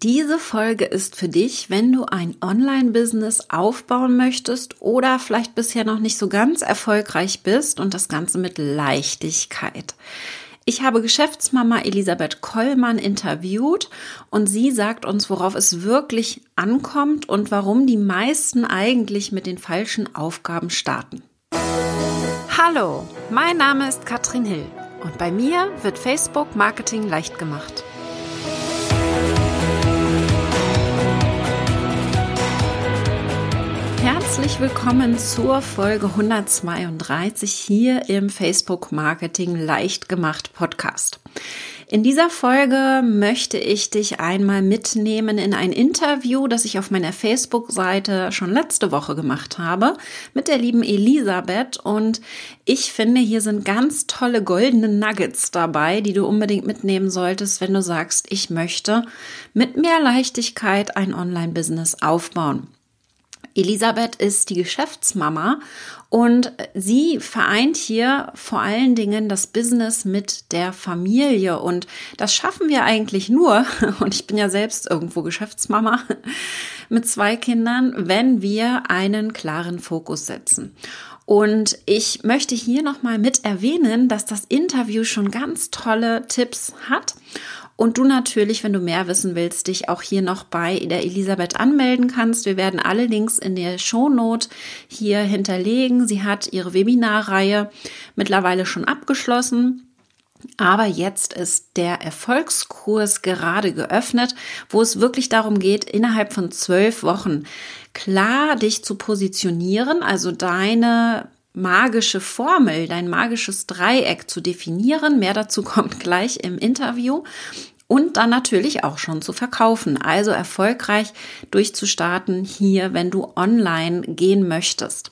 Diese Folge ist für dich, wenn du ein Online-Business aufbauen möchtest oder vielleicht bisher noch nicht so ganz erfolgreich bist und das Ganze mit Leichtigkeit. Ich habe Geschäftsmama Elisabeth Kollmann interviewt und sie sagt uns, worauf es wirklich ankommt und warum die meisten eigentlich mit den falschen Aufgaben starten. Hallo, mein Name ist Katrin Hill und bei mir wird Facebook Marketing leicht gemacht. Herzlich willkommen zur Folge 132 hier im Facebook Marketing leicht gemacht Podcast. In dieser Folge möchte ich dich einmal mitnehmen in ein Interview, das ich auf meiner Facebook-Seite schon letzte Woche gemacht habe mit der lieben Elisabeth. Und ich finde, hier sind ganz tolle goldene Nuggets dabei, die du unbedingt mitnehmen solltest, wenn du sagst, ich möchte mit mehr Leichtigkeit ein Online-Business aufbauen. Elisabeth ist die Geschäftsmama und sie vereint hier vor allen Dingen das Business mit der Familie und das schaffen wir eigentlich nur, und ich bin ja selbst irgendwo Geschäftsmama mit 2 Kindern, wenn wir einen klaren Fokus setzen. Und ich möchte hier nochmal mit erwähnen, dass das Interview schon ganz tolle Tipps hat und du natürlich, wenn du mehr wissen willst, dich auch hier noch bei der Elisabeth anmelden kannst. Wir werden alle Links in der Shownote hier hinterlegen. Sie hat ihre Webinarreihe mittlerweile schon abgeschlossen. Aber jetzt ist der Erfolgskurs gerade geöffnet, wo es wirklich darum geht, innerhalb von 12 Wochen klar dich zu positionieren, also deine magische Formel, dein magisches Dreieck zu definieren. Mehr dazu kommt gleich im Interview. Und dann natürlich auch schon zu verkaufen, also erfolgreich durchzustarten hier, wenn du online gehen möchtest.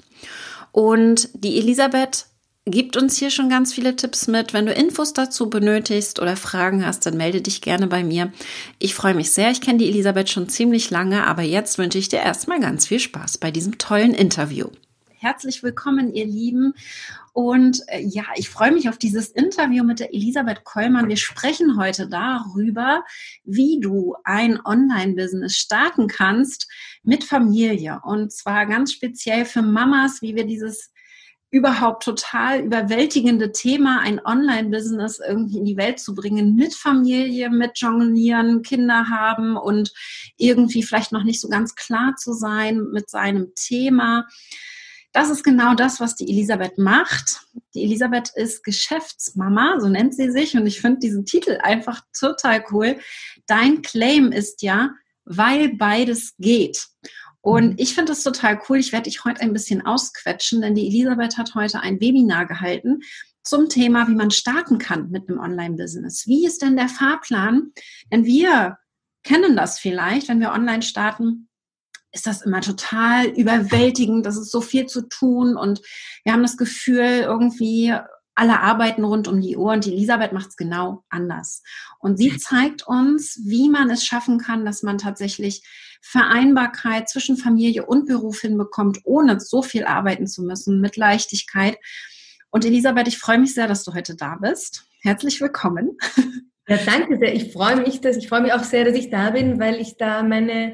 Und die Elisabeth gibt uns hier schon ganz viele Tipps mit. Wenn du Infos dazu benötigst oder Fragen hast, dann melde dich gerne bei mir. Ich freue mich sehr. Ich kenne die Elisabeth schon ziemlich lange, aber jetzt wünsche ich dir erstmal ganz viel Spaß bei diesem tollen Interview. Herzlich willkommen, ihr Lieben. Und ja, ich freue mich auf dieses Interview mit der Elisabeth Kollmann. Wir sprechen heute darüber, wie du ein Online-Business starten kannst mit Familie. Und zwar ganz speziell für Mamas, wie wir dieses überhaupt total überwältigende Thema, ein Online-Business irgendwie in die Welt zu bringen, mit Familie, mit Jonglieren, Kinder haben und irgendwie vielleicht noch nicht so ganz klar zu sein mit seinem Thema. Das ist genau das, was die Elisabeth macht. Die Elisabeth ist Geschäftsmama, so nennt sie sich. Und ich finde diesen Titel einfach total cool. Dein Claim ist ja, weil beides geht. Und ich finde das total cool. Ich werde dich heute ein bisschen ausquetschen, denn die Elisabeth hat heute ein Webinar gehalten zum Thema, wie man starten kann mit einem Online-Business. Wie ist denn der Fahrplan? Denn wir kennen das vielleicht, wenn wir online starten, ist das immer total überwältigend, das ist so viel zu tun und wir haben das Gefühl, irgendwie alle arbeiten rund um die Uhr und die Elisabeth macht es genau anders. Und sie zeigt uns, wie man es schaffen kann, dass man tatsächlich Vereinbarkeit zwischen Familie und Beruf hinbekommt, ohne so viel arbeiten zu müssen, mit Leichtigkeit. Und Elisabeth, ich freue mich sehr, dass du heute da bist. Herzlich willkommen. Ja, danke sehr. Ich freue mich auch sehr, dass ich da bin, weil ich da meine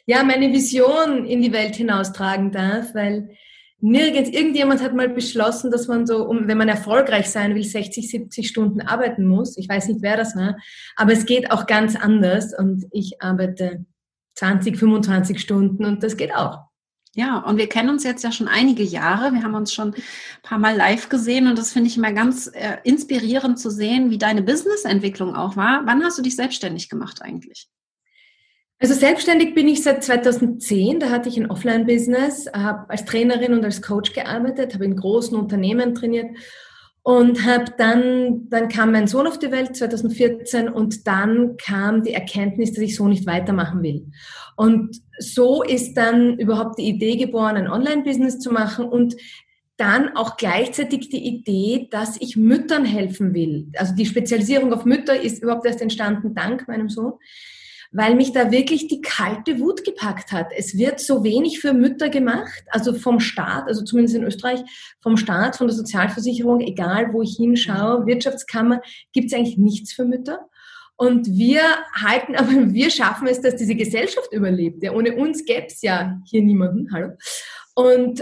Vision in die Welt hinaustragen darf, weil irgendjemand hat mal beschlossen, dass man so, wenn man erfolgreich sein will, 60, 70 Stunden arbeiten muss. Ich weiß nicht, wer das war, aber es geht auch ganz anders und ich arbeite 20, 25 Stunden und das geht auch. Ja, und wir kennen uns jetzt ja schon einige Jahre. Wir haben uns schon ein paar Mal live gesehen und das finde ich immer ganz inspirierend zu sehen, wie deine Businessentwicklung auch war. Wann hast du dich selbstständig gemacht eigentlich? Also selbstständig bin ich seit 2010. Da hatte ich ein Offline-Business, habe als Trainerin und als Coach gearbeitet, habe in großen Unternehmen trainiert und dann kam mein Sohn auf die Welt 2014 und dann kam die Erkenntnis, dass ich so nicht weitermachen will. Und so ist dann überhaupt die Idee geboren, ein Online-Business zu machen und dann auch gleichzeitig die Idee, dass ich Müttern helfen will. Also die Spezialisierung auf Mütter ist überhaupt erst entstanden dank meinem Sohn, weil mich da wirklich die kalte Wut gepackt hat. Es wird so wenig für Mütter gemacht, also vom Staat, also zumindest in Österreich, vom Staat, von der Sozialversicherung, egal wo ich hinschaue, Wirtschaftskammer, gibt es eigentlich nichts für Mütter. Und wir schaffen es, dass diese Gesellschaft überlebt. Ja, ohne uns gäbe es ja hier niemanden. Hallo. Und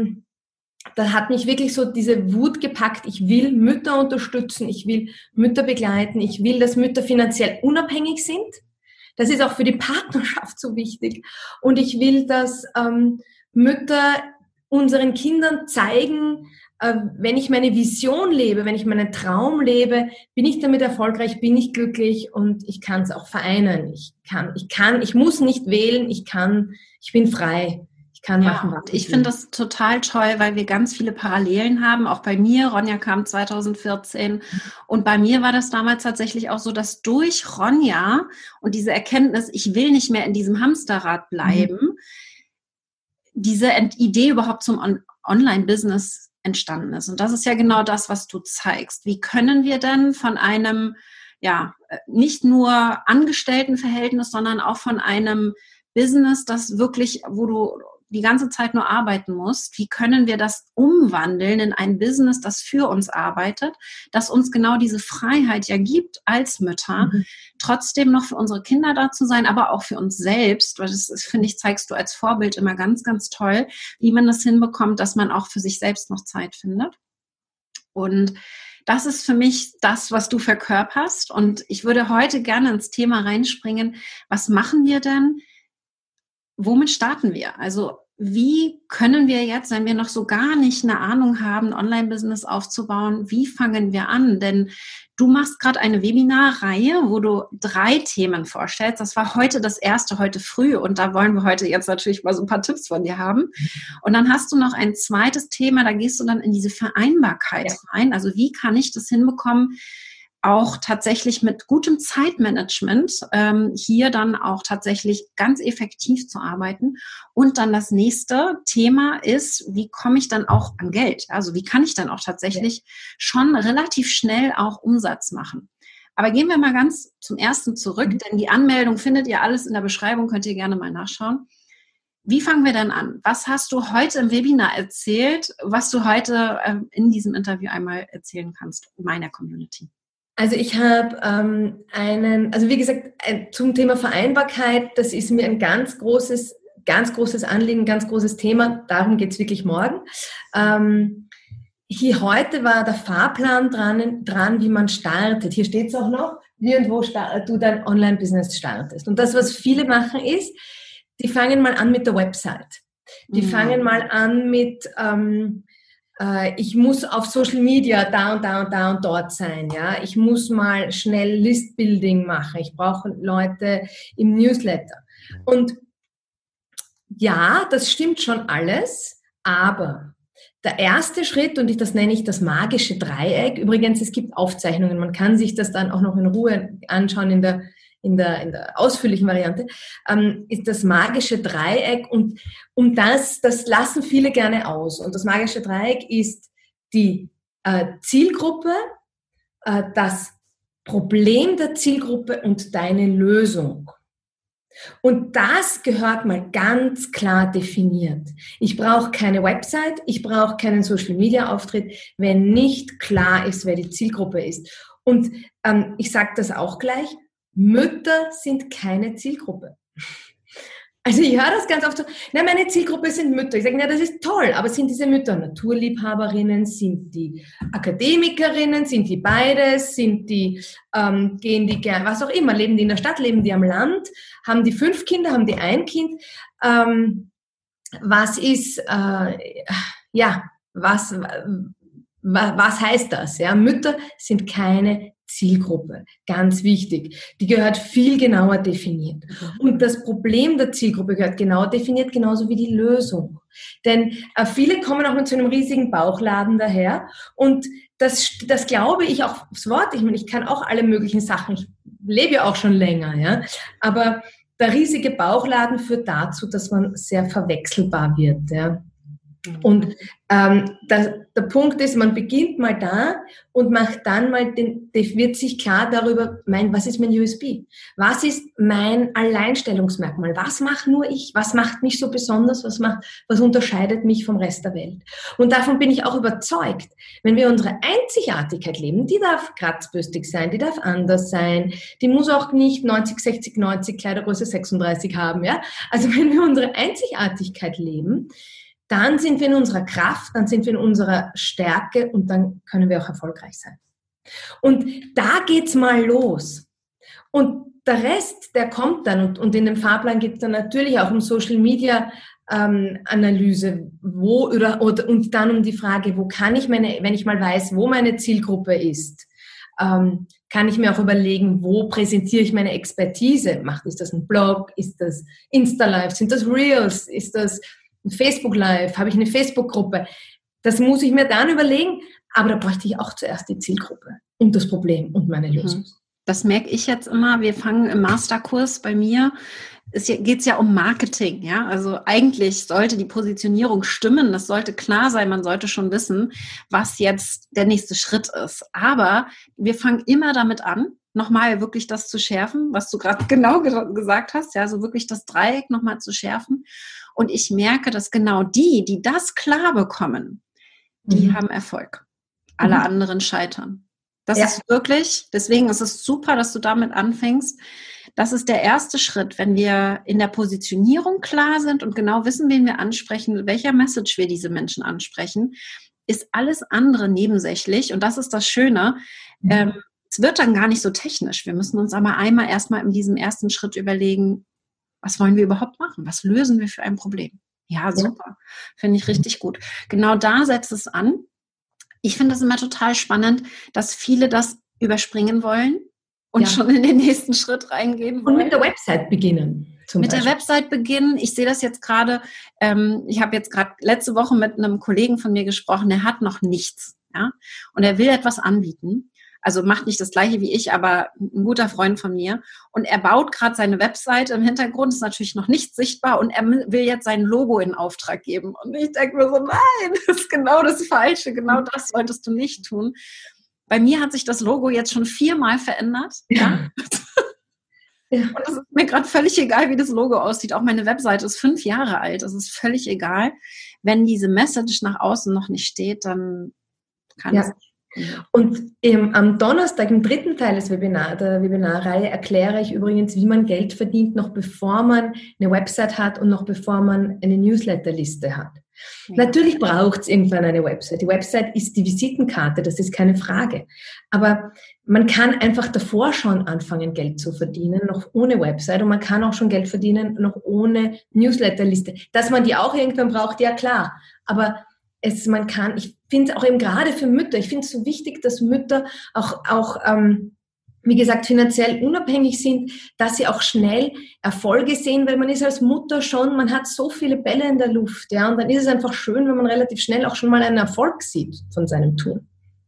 da hat mich wirklich so diese Wut gepackt. Ich will Mütter unterstützen, ich will Mütter begleiten, ich will, dass Mütter finanziell unabhängig sind. Das ist auch für die Partnerschaft so wichtig. Und ich will, dass Mütter unseren Kindern zeigen, wenn ich meine Vision lebe, wenn ich meinen Traum lebe, bin ich damit erfolgreich, bin ich glücklich und ich kann es auch vereinen. Ich muss nicht wählen, ich bin frei. Ich kann machen, was ich finde das total toll, weil wir ganz viele Parallelen haben. Auch bei mir, Ronja kam 2014 und bei mir war das damals tatsächlich auch so, dass durch Ronja und diese Erkenntnis, ich will nicht mehr in diesem Hamsterrad bleiben, diese Idee überhaupt zum Online-Business entstanden ist. Und das ist ja genau das, was du zeigst. Wie können wir denn von einem, nicht nur Angestelltenverhältnis, sondern auch von einem Business, das wirklich, wo du die ganze Zeit nur arbeiten musst, wie können wir das umwandeln in ein Business, das für uns arbeitet, das uns genau diese Freiheit ja gibt als Mütter, trotzdem noch für unsere Kinder da zu sein, aber auch für uns selbst, weil das ist, finde ich, zeigst du als Vorbild immer ganz, ganz toll, wie man das hinbekommt, dass man auch für sich selbst noch Zeit findet. Und das ist für mich das, was du verkörperst. Und ich würde heute gerne ins Thema reinspringen. Was machen wir denn? Womit starten wir? Also wie können wir jetzt, wenn wir noch so gar nicht eine Ahnung haben, ein Online-Business aufzubauen, wie fangen wir an? Denn du machst gerade eine Webinarreihe, wo du 3 Themen vorstellst. Das war heute das erste, heute früh. Und da wollen wir heute jetzt natürlich mal so ein paar Tipps von dir haben. Und dann hast du noch ein zweites Thema, da gehst du dann in diese Vereinbarkeit rein. Also wie kann ich das hinbekommen, auch tatsächlich mit gutem Zeitmanagement hier dann auch tatsächlich ganz effektiv zu arbeiten. Und dann das nächste Thema ist, wie komme ich dann auch an Geld? Also wie kann ich dann auch tatsächlich schon relativ schnell auch Umsatz machen? Aber gehen wir mal ganz zum ersten zurück, denn die Anmeldung findet ihr alles in der Beschreibung, könnt ihr gerne mal nachschauen. Wie fangen wir denn an? Was hast du heute im Webinar erzählt, was du heute in diesem Interview einmal erzählen kannst, meiner Community? Also ich habe wie gesagt, zum Thema Vereinbarkeit, das ist mir ein ganz großes Anliegen, ganz großes Thema. Darum geht es wirklich morgen. Hier heute war der Fahrplan dran, wie man startet. Hier steht es auch noch, wie und wo du dein Online-Business startest. Und das, was viele machen, ist, die fangen mal an mit der Website. Die fangen mal an mit ich muss auf Social Media da und da und da und dort sein, ja. Ich muss mal schnell Listbuilding machen. Ich brauche Leute im Newsletter. Und ja, das stimmt schon alles, aber der erste Schritt, und das nenne ich das magische Dreieck, übrigens, es gibt Aufzeichnungen, man kann sich das dann auch noch in Ruhe anschauen in der ausführlichen Variante, ist das magische Dreieck und das lassen viele gerne aus. Und das magische Dreieck ist die Zielgruppe, das Problem der Zielgruppe und deine Lösung. Und das gehört mal ganz klar definiert. Ich brauche keine Website, ich brauche keinen Social-Media-Auftritt, wenn nicht klar ist, wer die Zielgruppe ist. Und ich sage das auch gleich, Mütter sind keine Zielgruppe. Also ich höre das ganz oft so, meine Zielgruppe sind Mütter. Ich sage, das ist toll, aber sind diese Mütter Naturliebhaberinnen, sind die Akademikerinnen, sind die beides, sind die, gehen die gern, was auch immer, leben die in der Stadt, leben die am Land, haben die 5 Kinder, haben die 1 Kind, was heißt das? Ja, Mütter sind keine Zielgruppe, ganz wichtig. Die gehört viel genauer definiert. Und das Problem der Zielgruppe gehört genau definiert, genauso wie die Lösung. Denn viele kommen auch mit so einem riesigen Bauchladen daher und das glaube ich auch aufs Wort. Ich meine, ich kann auch alle möglichen Sachen, ich lebe ja auch schon länger, ja, aber der riesige Bauchladen führt dazu, dass man sehr verwechselbar wird, ja. Und der Punkt ist, man beginnt mal da und macht dann mal wird sich klar darüber, was ist mein USB? Was ist mein Alleinstellungsmerkmal? Was mache nur ich? Was macht mich so besonders? Was unterscheidet mich vom Rest der Welt? Und davon bin ich auch überzeugt, wenn wir unsere Einzigartigkeit leben, die darf kratzbürstig sein, die darf anders sein, die muss auch nicht 90, 60, 90 Kleidergröße 36 haben, ja? Also wenn wir unsere Einzigartigkeit leben, dann sind wir in unserer Kraft, dann sind wir in unserer Stärke und dann können wir auch erfolgreich sein. Und da geht's mal los. Und der Rest, der kommt dann und in dem Fahrplan geht es dann natürlich auch um Social Media Analyse, und dann um die Frage, wenn ich mal weiß, wo meine Zielgruppe ist, kann ich mir auch überlegen, wo präsentiere ich meine Expertise? Ist das ein Blog? Ist das Insta-Live? Sind das Reels? Ist das ein Facebook-Live? Habe ich eine Facebook-Gruppe? Das muss ich mir dann überlegen, aber da bräuchte ich auch zuerst die Zielgruppe und das Problem und meine Lösung. Das merke ich jetzt immer. Wir fangen im Masterkurs bei mir. Geht es ja um Marketing, ja. Also eigentlich sollte die Positionierung stimmen. Das sollte klar sein. Man sollte schon wissen, was jetzt der nächste Schritt ist. Aber wir fangen immer damit an, nochmal wirklich das zu schärfen, was du gerade genau gesagt hast. Ja, also wirklich das Dreieck nochmal zu schärfen. Und ich merke, dass genau die das klar bekommen, die haben Erfolg. Alle anderen scheitern. Das ist wirklich, deswegen ist es super, dass du damit anfängst. Das ist der erste Schritt, wenn wir in der Positionierung klar sind und genau wissen, wen wir ansprechen, mit welcher Message wir diese Menschen ansprechen, ist alles andere nebensächlich. Und das ist das Schöne. Es wird dann gar nicht so technisch. Wir müssen uns aber einmal erstmal in diesem ersten Schritt überlegen, was wollen wir überhaupt machen? Was lösen wir für ein Problem? Ja, super. Finde ich richtig gut. Genau da setzt es an. Ich finde es immer total spannend, dass viele das überspringen wollen und schon in den nächsten Schritt reingehen wollen. Und mit der Website beginnen. Der Website beginnen. Ich sehe das jetzt gerade, ich habe jetzt gerade letzte Woche mit einem Kollegen von mir gesprochen, der hat noch nichts. Ja? Und er will etwas anbieten. Also macht nicht das Gleiche wie ich, aber ein guter Freund von mir. Und er baut gerade seine Webseite im Hintergrund, ist natürlich noch nicht sichtbar und er will jetzt sein Logo in Auftrag geben. Und ich denke mir so, nein, das ist genau das Falsche, genau das solltest du nicht tun. Bei mir hat sich das Logo jetzt schon 4-mal verändert. Ja. Und es ist mir gerade völlig egal, wie das Logo aussieht. Auch meine Webseite ist 5 Jahre alt. Es ist völlig egal. Wenn diese Message nach außen noch nicht steht, dann kann es nicht. Und am Donnerstag, im 3. Teil der Webinarreihe, erkläre ich übrigens, wie man Geld verdient, noch bevor man eine Website hat und noch bevor man eine Newsletterliste hat. Ja. Natürlich braucht es irgendwann eine Website. Die Website ist die Visitenkarte, das ist keine Frage. Aber man kann einfach davor schon anfangen, Geld zu verdienen, noch ohne Website. Und man kann auch schon Geld verdienen, noch ohne Newsletterliste. Dass man die auch irgendwann braucht, ja klar. Aber ich finde es auch eben gerade für Mütter, ich finde es so wichtig, dass Mütter auch wie gesagt, finanziell unabhängig sind, dass sie auch schnell Erfolge sehen, weil man ist als Mutter schon, man hat so viele Bälle in der Luft, ja, und dann ist es einfach schön, wenn man relativ schnell auch schon mal einen Erfolg sieht von seinem Tun.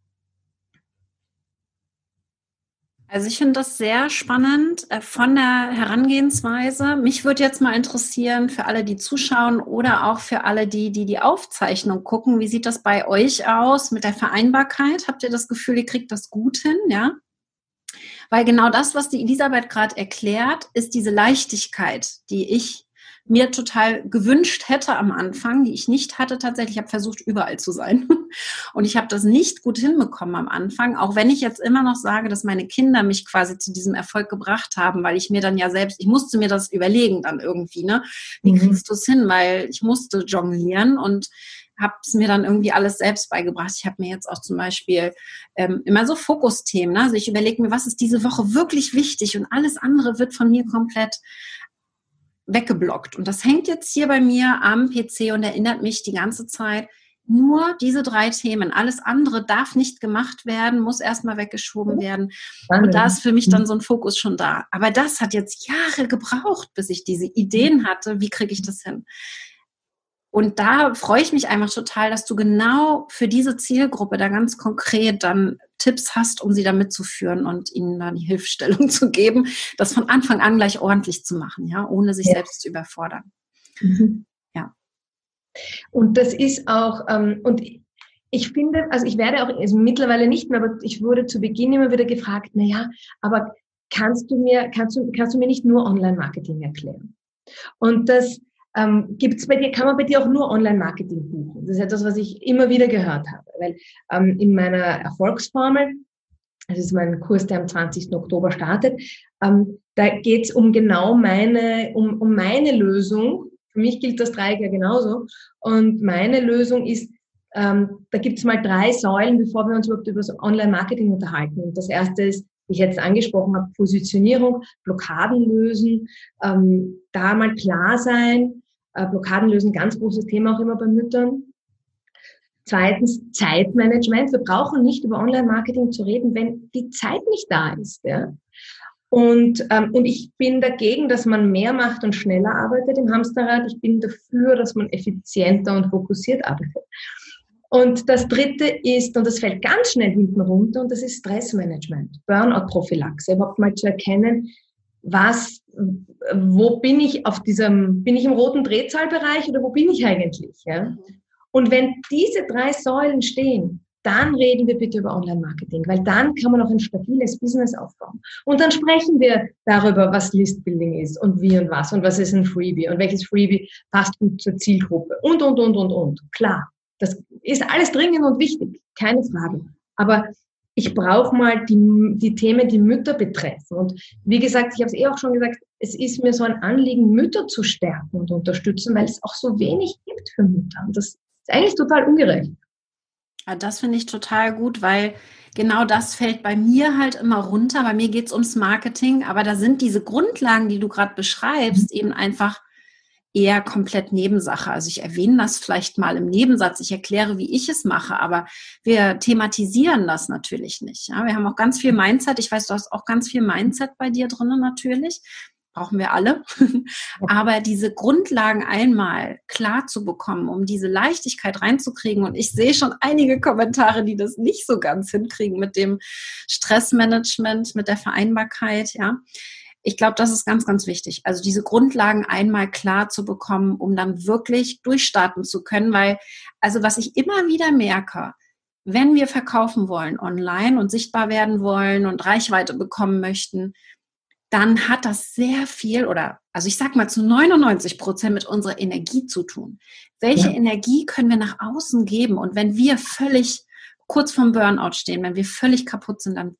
Also ich finde das sehr spannend von der Herangehensweise. Mich würde jetzt mal interessieren, für alle, die zuschauen oder auch für alle, die Aufzeichnung gucken, wie sieht das bei euch aus mit der Vereinbarkeit? Habt ihr das Gefühl, ihr kriegt das gut hin, ja? Weil genau das, was die Elisabeth gerade erklärt, ist diese Leichtigkeit, die ich mir total gewünscht hätte am Anfang, die ich nicht hatte tatsächlich. Ich habe versucht, überall zu sein. Und ich habe das nicht gut hinbekommen am Anfang, auch wenn ich jetzt immer noch sage, dass meine Kinder mich quasi zu diesem Erfolg gebracht haben, weil ich mir dann ja selbst, ich musste mir das überlegen dann irgendwie, ne? Wie kriegst du es hin? Weil ich musste jonglieren und habe es mir dann irgendwie alles selbst beigebracht. Ich habe mir jetzt auch zum Beispiel immer so Fokusthemen, ne? Also ich überlege mir, was ist diese Woche wirklich wichtig und alles andere wird von mir komplett weggeblockt. Und das hängt jetzt hier bei mir am PC und erinnert mich die ganze Zeit, nur diese 3 Themen. Alles andere darf nicht gemacht werden, muss erstmal weggeschoben werden. Und da ist für mich dann so ein Fokus schon da. Aber das hat jetzt Jahre gebraucht, bis ich diese Ideen hatte. Wie kriege ich das hin? Und da freue ich mich einfach total, dass du genau für diese Zielgruppe da ganz konkret dann Tipps hast, um sie da mitzuführen und ihnen dann die Hilfestellung zu geben, das von Anfang an gleich ordentlich zu machen, ja, ohne sich selbst zu überfordern. Ja. Und das ist auch, und ich finde, also ich werde auch, also mittlerweile nicht mehr, aber ich wurde zu Beginn immer wieder gefragt, na ja, aber kannst du mir nicht nur Online-Marketing erklären? Und das gibt's bei dir, kann man bei dir auch nur Online-Marketing buchen? Das ist etwas, was ich immer wieder gehört habe, weil in meiner Erfolgsformel, das ist mein Kurs, der am 20. Oktober startet, da geht's um genau meine Lösung. Für mich gilt das Dreieck ja genauso. Und meine Lösung ist, da gibt's mal 3 Säulen, bevor wir uns überhaupt über das Online-Marketing unterhalten. Und das erste ist, wie ich jetzt angesprochen habe, Positionierung, Blockaden lösen, da mal klar sein. Blockaden lösen, ganz großes Thema auch immer bei Müttern. Zweitens Zeitmanagement. Wir brauchen nicht über Online-Marketing zu reden, wenn die Zeit nicht da ist. Ja? Und ich bin dagegen, dass man mehr macht und schneller arbeitet im Hamsterrad. Ich bin dafür, dass man effizienter und fokussiert arbeitet. Und das dritte ist, und das fällt ganz schnell hinten runter, und das ist Stressmanagement, Burnout-Prophylaxe, überhaupt mal zu erkennen, wo bin ich bin ich im roten Drehzahlbereich oder wo bin ich eigentlich? Ja? Und wenn diese 3 Säulen stehen, dann reden wir bitte über Online-Marketing, weil dann kann man auch ein stabiles Business aufbauen. Und dann sprechen wir darüber, was Listbuilding ist und wie und was ist ein Freebie und welches Freebie passt gut zur Zielgruppe und. Klar, das ist alles dringend und wichtig, keine Frage. Aber ich brauche mal die Themen, die Mütter betreffen. Und wie gesagt, ich habe es auch schon gesagt, es ist mir so ein Anliegen, Mütter zu stärken und unterstützen, weil es auch so wenig gibt für Mütter. Und das ist eigentlich total ungerecht. Ja, das finde ich total gut, weil genau das fällt bei mir halt immer runter. Bei mir geht es ums Marketing, aber da sind diese Grundlagen, die du gerade beschreibst, eben einfach eher komplett Nebensache. Also ich erwähne das vielleicht mal im Nebensatz, ich erkläre, wie ich es mache, aber wir thematisieren das natürlich nicht. Ja, wir haben auch ganz viel Mindset. Ich weiß, du hast auch ganz viel Mindset bei dir drin natürlich. Brauchen wir alle. Aber diese Grundlagen einmal klar zu bekommen, um diese Leichtigkeit reinzukriegen. Und ich sehe schon einige Kommentare, die das nicht so ganz hinkriegen mit dem Stressmanagement, mit der Vereinbarkeit, ja. Ich glaube, das ist ganz, ganz wichtig. Also diese Grundlagen einmal klar zu bekommen, um dann wirklich durchstarten zu können, weil, also was ich immer wieder merke, wenn wir verkaufen wollen online und sichtbar werden wollen und Reichweite bekommen möchten, dann hat das sehr viel also ich sag mal zu 99% mit unserer Energie zu tun. Welche Energie können wir nach außen geben? Und wenn wir völlig kurz vorm Burnout stehen, wenn wir völlig kaputt sind, dann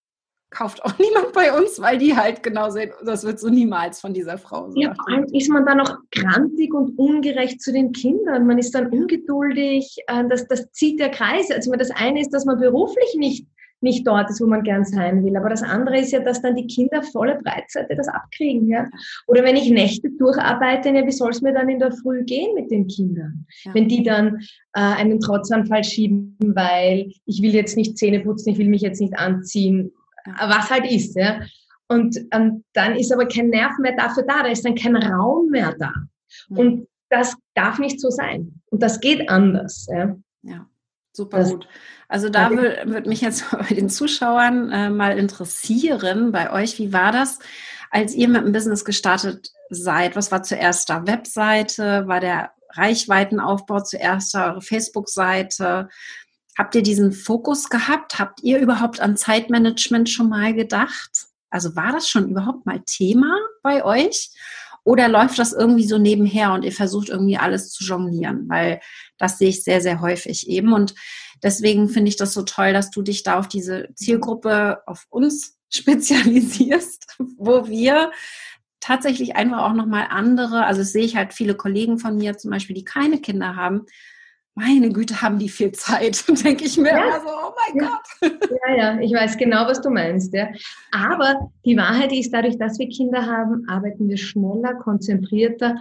kauft auch niemand bei uns, weil die halt genau sehen, das wird so niemals von dieser Frau so. Ja, vor allem ist man dann noch grantig und ungerecht zu den Kindern. Man ist dann ungeduldig. Das zieht der Kreis. Also das eine ist, dass man beruflich nicht dort ist, wo man gern sein will. Aber das andere ist ja, dass dann die Kinder volle Breitseite das abkriegen. Ja? Oder wenn ich Nächte durcharbeite, ja, wie soll es mir dann in der Früh gehen mit den Kindern? Ja. Wenn die dann einen Trotzanfall schieben, weil ich will jetzt nicht Zähne putzen, ich will mich jetzt nicht anziehen, was halt ist. Ja? Und dann ist aber kein Nerv mehr dafür da ist dann kein Raum mehr da. Und das darf nicht so sein. Und das geht anders. Ja. Super gut. Also da würde mich jetzt bei den Zuschauern mal interessieren, bei euch, wie war das, als ihr mit dem Business gestartet seid? Was war zuerst da? Webseite? War der Reichweitenaufbau zuerst da? Eure Facebook-Seite? Habt ihr diesen Fokus gehabt? Habt ihr überhaupt an Zeitmanagement schon mal gedacht? Also war das schon überhaupt mal Thema bei euch? Oder läuft das irgendwie so nebenher und ihr versucht irgendwie alles zu jonglieren? Weil das sehe ich sehr, sehr häufig eben. Und deswegen finde ich das so toll, dass du dich da auf diese Zielgruppe, auf uns spezialisierst, wo wir tatsächlich einfach auch nochmal andere, also das sehe ich halt viele Kollegen von mir zum Beispiel, die keine Kinder haben, meine Güte, haben die viel Zeit. Und denke ich mir immer so, oh mein Gott. Ja, ich weiß genau, was du meinst. Ja. Aber die Wahrheit ist, dadurch, dass wir Kinder haben, arbeiten wir schneller, konzentrierter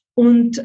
und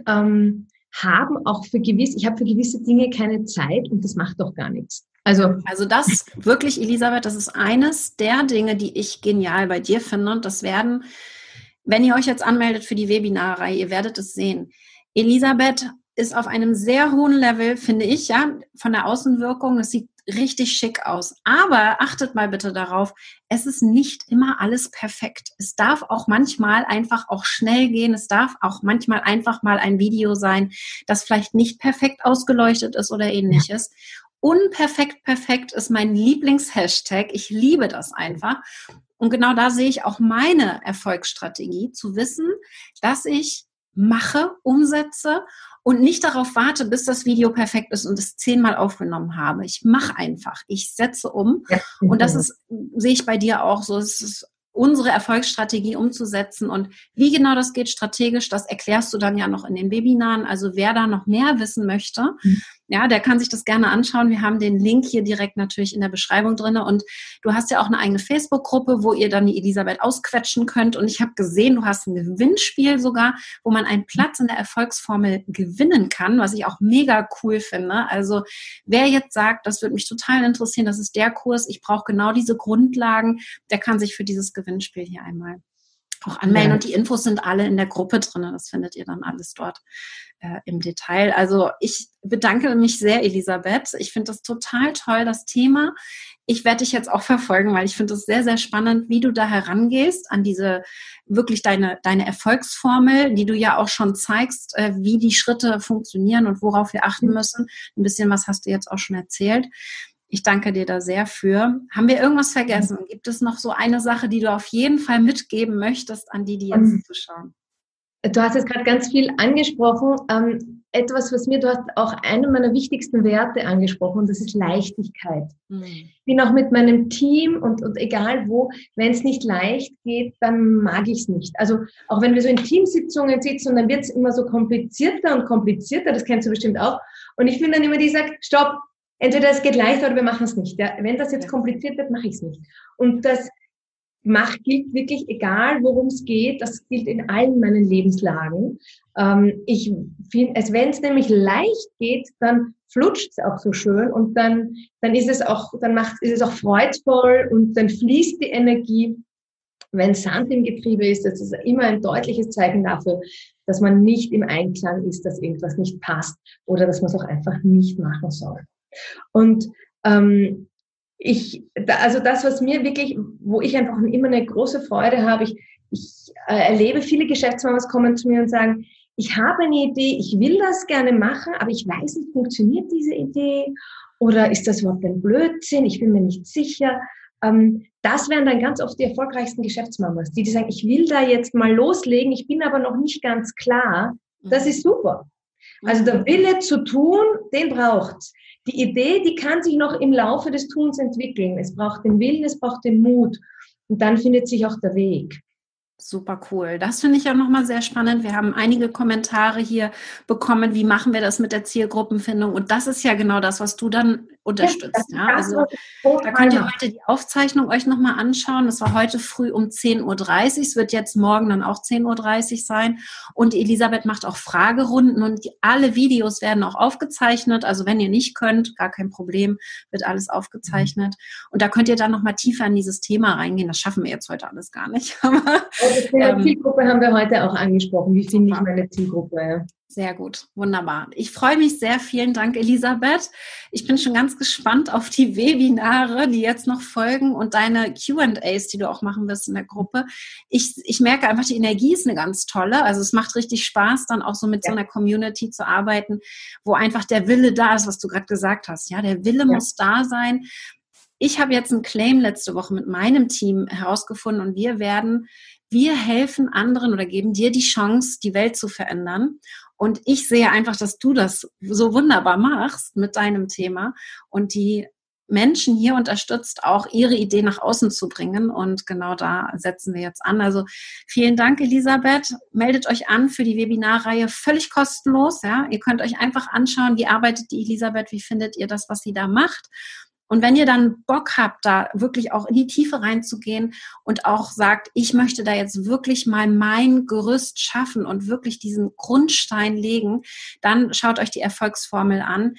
haben auch ich habe für gewisse Dinge keine Zeit und das macht doch gar nichts. Also das wirklich, Elisabeth, das ist eines der Dinge, die ich genial bei dir finde. Und das werden, wenn ihr euch jetzt anmeldet für die Webinarreihe, ihr werdet es sehen. Elisabeth ist auf einem sehr hohen Level, finde ich, ja, von der Außenwirkung. Es sieht richtig schick aus. Aber achtet mal bitte darauf, es ist nicht immer alles perfekt. Es darf auch manchmal einfach auch schnell gehen. Es darf auch manchmal einfach mal ein Video sein, das vielleicht nicht perfekt ausgeleuchtet ist oder ähnliches. Unperfekt perfekt ist mein Lieblingshashtag. Ich liebe das einfach. Und genau da sehe ich auch meine Erfolgsstrategie, zu wissen, dass ich mache, umsetze und nicht darauf warte, bis das Video perfekt ist und es 10-mal aufgenommen habe. Ich mache einfach. Ich setze um. Ja. Und das ist, sehe ich bei dir auch so. Es ist unsere Erfolgsstrategie umzusetzen. Und wie genau das geht strategisch, das erklärst du dann ja noch in den Webinaren. Also wer da noch mehr wissen möchte, ja, der kann sich das gerne anschauen. Wir haben den Link hier direkt natürlich in der Beschreibung drin. Und du hast ja auch eine eigene Facebook-Gruppe, wo ihr dann die Elisabeth ausquetschen könnt. Und ich habe gesehen, du hast ein Gewinnspiel sogar, wo man einen Platz in der Erfolgsformel gewinnen kann, was ich auch mega cool finde. Also wer jetzt sagt, das würde mich total interessieren, das ist der Kurs, ich brauche genau diese Grundlagen, der kann sich für dieses Gewinnspiel hier einmal auch anmelden. Ja. Und die Infos sind alle in der Gruppe drin. Das findet ihr dann alles dort im Detail. Also ich bedanke mich sehr, Elisabeth. Ich finde das total toll, das Thema. Ich werde dich jetzt auch verfolgen, weil ich finde es sehr, sehr spannend, wie du da herangehst an diese wirklich deine Erfolgsformel, die du ja auch schon zeigst, wie die Schritte funktionieren und worauf wir achten müssen. Ein bisschen was hast du jetzt auch schon erzählt. Ich danke dir da sehr für. Haben wir irgendwas vergessen? Gibt es noch so eine Sache, die du auf jeden Fall mitgeben möchtest an die jetzt zuschauen? Du hast jetzt gerade ganz viel angesprochen. Etwas, du hast auch einen meiner wichtigsten Werte angesprochen, und das ist Leichtigkeit. Ich bin auch mit meinem Team und egal wo, wenn es nicht leicht geht, dann mag ich es nicht. Also auch wenn wir so in Teamsitzungen sitzen, dann wird es immer so komplizierter und komplizierter, das kennst du bestimmt auch. Und ich bin dann immer die, die sagt, stopp, entweder es geht leichter oder wir machen es nicht. Ja? Wenn das jetzt kompliziert wird, mache ich es nicht. Und das gilt wirklich, egal worum es geht, das gilt in allen meinen Lebenslagen. Ich finde, wenn es nämlich leicht geht, dann flutscht es auch so schön und dann ist es auch freudvoll und dann fließt die Energie. Wenn Sand im Getriebe ist, das ist immer ein deutliches Zeichen dafür, dass man nicht im Einklang ist, dass irgendwas nicht passt oder dass man es auch einfach nicht machen soll. Und also das, was mir wirklich, wo ich einfach immer eine große Freude habe, ich erlebe viele Geschäftsmamas kommen zu mir und sagen, ich habe eine Idee, ich will das gerne machen, aber ich weiß nicht, funktioniert diese Idee oder ist das überhaupt ein Blödsinn, ich bin mir nicht sicher. Das wären dann ganz oft die erfolgreichsten Geschäftsmamas, die sagen, ich will da jetzt mal loslegen, ich bin aber noch nicht ganz klar. Das ist super. Also der Wille zu tun, den braucht's. Die Idee, die kann sich noch im Laufe des Tuns entwickeln. Es braucht den Willen, es braucht den Mut. Und dann findet sich auch der Weg. Super cool. Das finde ich auch nochmal sehr spannend. Wir haben einige Kommentare hier bekommen. Wie machen wir das mit der Zielgruppenfindung? Und das ist ja genau das, was du dann unterstützt. Ja, also da könnt ihr heute die Aufzeichnung euch nochmal anschauen. Das war heute früh um 10.30 Uhr. Es wird jetzt morgen dann auch 10.30 Uhr sein. Und Elisabeth macht auch Fragerunden und alle Videos werden auch aufgezeichnet. Also wenn ihr nicht könnt, gar kein Problem, wird alles aufgezeichnet. Und da könnt ihr dann nochmal tiefer in dieses Thema reingehen. Das schaffen wir jetzt heute alles gar nicht. Das Thema Zielgruppe haben wir heute auch angesprochen. Wie finde ich meine Zielgruppe? Sehr gut, wunderbar. Ich freue mich sehr. Vielen Dank, Elisabeth. Ich bin schon ganz gespannt auf die Webinare, die jetzt noch folgen und deine Q&As, die du auch machen wirst in der Gruppe. Ich merke einfach, die Energie ist eine ganz tolle. Also es macht richtig Spaß, dann auch so mit so einer Community zu arbeiten, wo einfach der Wille da ist, was du gerade gesagt hast. Ja, der Wille muss da sein. Ich habe jetzt einen Claim letzte Woche mit meinem Team herausgefunden und wir helfen anderen oder geben dir die Chance, die Welt zu verändern. Und ich sehe einfach, dass du das so wunderbar machst mit deinem Thema und die Menschen hier unterstützt, auch ihre Idee nach außen zu bringen. Und genau da setzen wir jetzt an. Also vielen Dank, Elisabeth. Meldet euch an für die Webinarreihe, völlig kostenlos. Ja? Ihr könnt euch einfach anschauen, wie arbeitet die Elisabeth, wie findet ihr das, was sie da macht. Und wenn ihr dann Bock habt, da wirklich auch in die Tiefe reinzugehen und auch sagt, ich möchte da jetzt wirklich mal mein Gerüst schaffen und wirklich diesen Grundstein legen, dann schaut euch die Erfolgsformel an.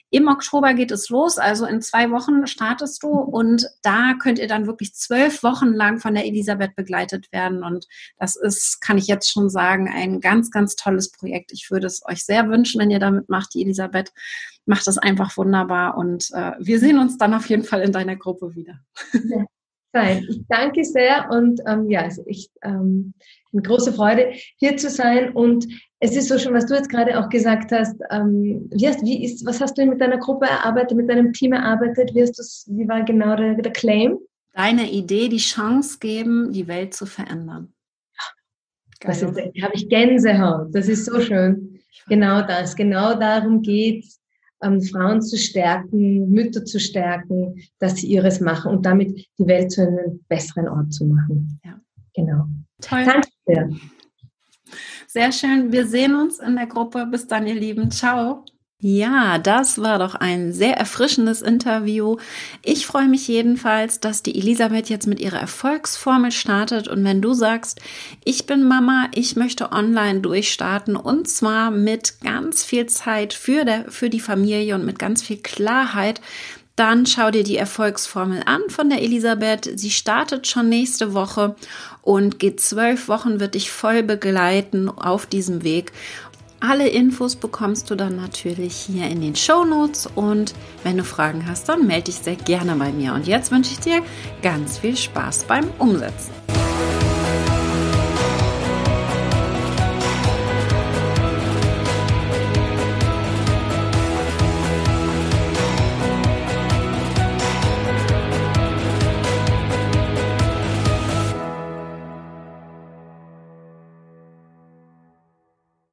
Im Oktober geht es los, also in 2 Wochen startest du und da könnt ihr dann wirklich 12 Wochen lang von der Elisabeth begleitet werden und das ist, kann ich jetzt schon sagen, ein ganz, ganz tolles Projekt. Ich würde es euch sehr wünschen, wenn ihr damit macht. Die Elisabeth macht das einfach wunderbar und wir sehen uns dann auf jeden Fall in deiner Gruppe wieder. Ja. Fein. Ich danke sehr und es ist echt eine große Freude, hier zu sein. Und es ist so schon, was du jetzt gerade auch gesagt hast, was hast du mit deiner Gruppe erarbeitet, mit deinem Team erarbeitet? Wie war genau der Claim? Deine Idee, die Chance geben, die Welt zu verändern. Da habe ich Gänsehaut. Das ist so schön. Genau darum geht es. Frauen zu stärken, Mütter zu stärken, dass sie ihres machen und damit die Welt zu einem besseren Ort zu machen. Ja. Genau. Toll. Danke sehr. Sehr schön. Wir sehen uns in der Gruppe. Bis dann, ihr Lieben. Ciao. Ja, das war doch ein sehr erfrischendes Interview. Ich freue mich jedenfalls, dass die Elisabeth jetzt mit ihrer Erfolgsformel startet. Und wenn du sagst, ich bin Mama, ich möchte online durchstarten und zwar mit ganz viel Zeit für die Familie und mit ganz viel Klarheit, dann schau dir die Erfolgsformel an von der Elisabeth. Sie startet schon nächste Woche und geht 12 Wochen, wird dich voll begleiten auf diesem Weg. Alle Infos bekommst du dann natürlich hier in den Shownotes und wenn du Fragen hast, dann melde dich sehr gerne bei mir. Und jetzt wünsche ich dir ganz viel Spaß beim Umsetzen.